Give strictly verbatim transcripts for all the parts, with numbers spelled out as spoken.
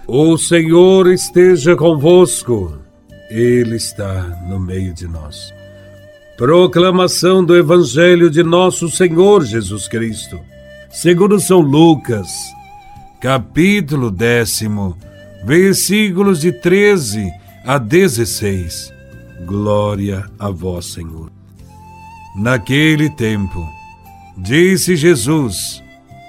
O Senhor esteja convosco, Ele está no meio de nós. Proclamação do Evangelho de Nosso Senhor Jesus Cristo, segundo São Lucas, capítulo décimo, versículos de treze a dezesseis. Glória a vós, Senhor. Naquele tempo, disse Jesus: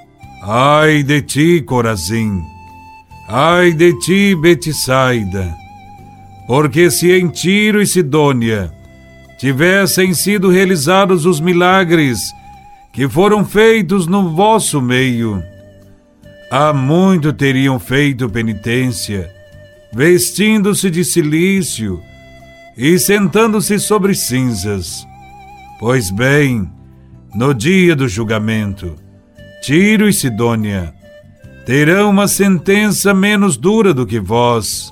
Ai de ti, Corazim! Ai de ti, Betsaida! Porque se em Tiro e Sidônia tivessem sido realizados os milagres que foram feitos no vosso meio, há muito teriam feito penitência, vestindo-se de cilício e sentando-se sobre cinzas. Pois bem, no dia do julgamento, Tiro e Sidônia terão uma sentença menos dura do que vós.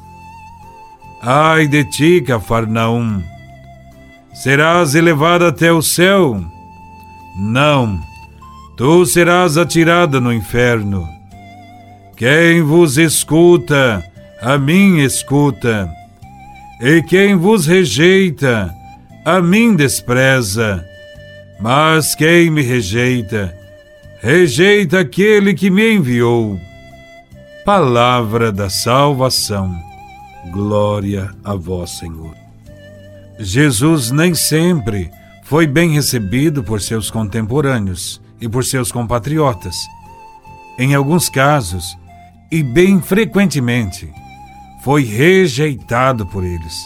Ai de ti, Cafarnaum! Serás elevada até o céu? Não, tu serás atirada no inferno. Quem vos escuta, a mim escuta, e quem vos rejeita, a mim despreza. Mas quem me rejeita, rejeita aquele que me enviou. Palavra da salvação. Glória a vós, Senhor. Jesus nem sempre foi bem recebido por seus contemporâneos e por seus compatriotas. Em alguns casos, e bem frequentemente, foi rejeitado por eles.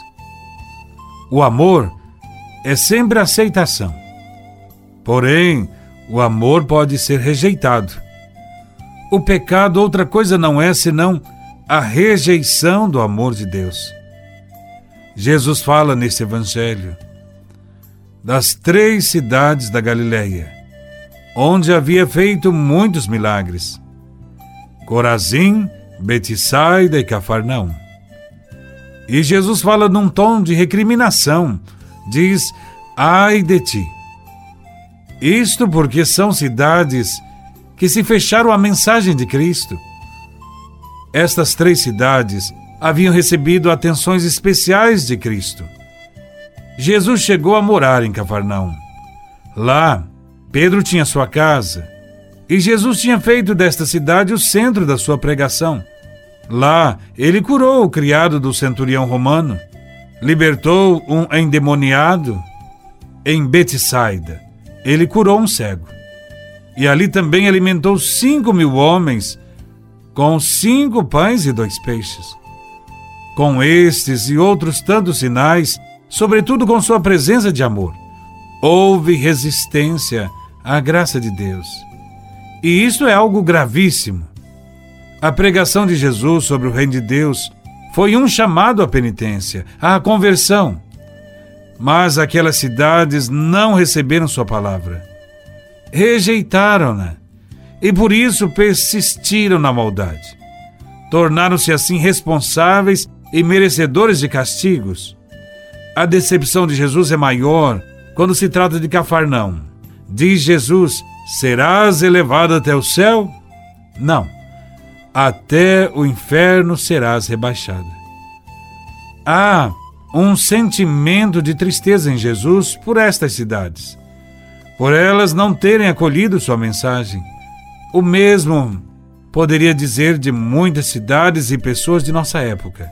O amor é sempre aceitação. Porém, o amor pode ser rejeitado. O pecado outra coisa não é senão a rejeição do amor de Deus. Jesus fala nesse evangelho das três cidades da Galileia, onde havia feito muitos milagres: Corazim, Betsaida e Cafarnaum. E Jesus fala num tom de recriminação, diz: ai de ti. Isto porque são cidades que se fecharam à mensagem de Cristo. Estas três cidades haviam recebido atenções especiais de Cristo. Jesus chegou a morar em Cafarnaum. Lá, Pedro tinha sua casa, e Jesus tinha feito desta cidade o centro da sua pregação. Lá, ele curou o criado do centurião romano, libertou um endemoniado. Em Betsaida, ele curou um cego. E ali também alimentou cinco mil homens com cinco pães e dois peixes. Com estes e outros tantos sinais, sobretudo com sua presença de amor, houve resistência à graça de Deus. E isso é algo gravíssimo. A pregação de Jesus sobre o reino de Deus foi um chamado à penitência, à conversão. Mas aquelas cidades não receberam sua palavra. Rejeitaram-na e por isso persistiram na maldade. Tornaram-se assim responsáveis e merecedores de castigos. A decepção de Jesus é maior quando se trata de Cafarnaum. Diz Jesus: serás elevado até o céu? Não, até o inferno serás rebaixado. Há um sentimento de tristeza em Jesus por estas cidades, por elas não terem acolhido sua mensagem. O mesmo poderia dizer de muitas cidades e pessoas de nossa época.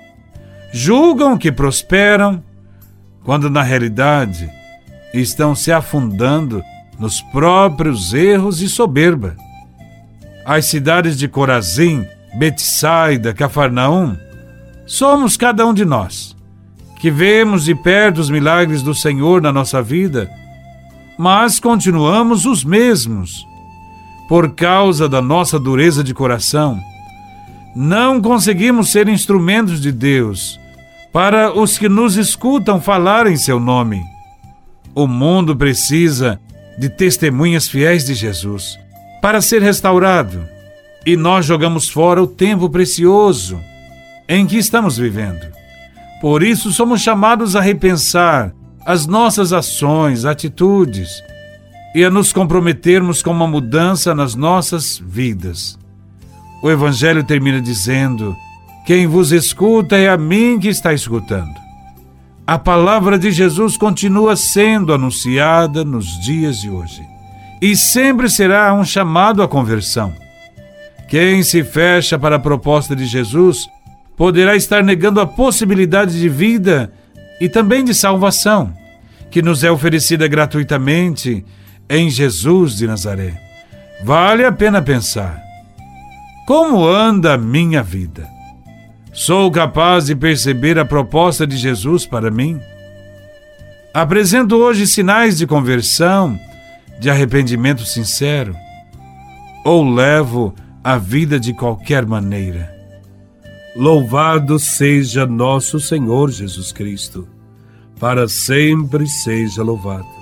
Julgam que prosperam, quando na realidade estão se afundando nos próprios erros e soberba. As cidades de Corazim, Betsaida, Cafarnaum, somos cada um de nós, que vemos de perto os milagres do Senhor na nossa vida, mas continuamos os mesmos. Por causa da nossa dureza de coração, não conseguimos ser instrumentos de Deus para os que nos escutam falar em seu nome. O mundo precisa de testemunhas fiéis de Jesus para ser restaurado, e nós jogamos fora o tempo precioso em que estamos vivendo. Por isso somos chamados a repensar as nossas ações, atitudes, e a nos comprometermos com uma mudança nas nossas vidas. O Evangelho termina dizendo Quem vos escuta é a mim que está escutando. A palavra de Jesus continua sendo anunciada nos dias de hoje. E sempre será um chamado à conversão. Quem se fecha para a proposta de Jesus poderá estar negando a possibilidade de vida e também de salvação, que nos é oferecida gratuitamente em Jesus de Nazaré. Vale a pena pensar: como anda a minha vida? Sou capaz de perceber a proposta de Jesus para mim? Apresento hoje sinais de conversão, de arrependimento sincero? Ou levo a vida de qualquer maneira? Louvado seja nosso Senhor Jesus Cristo, para sempre seja louvado.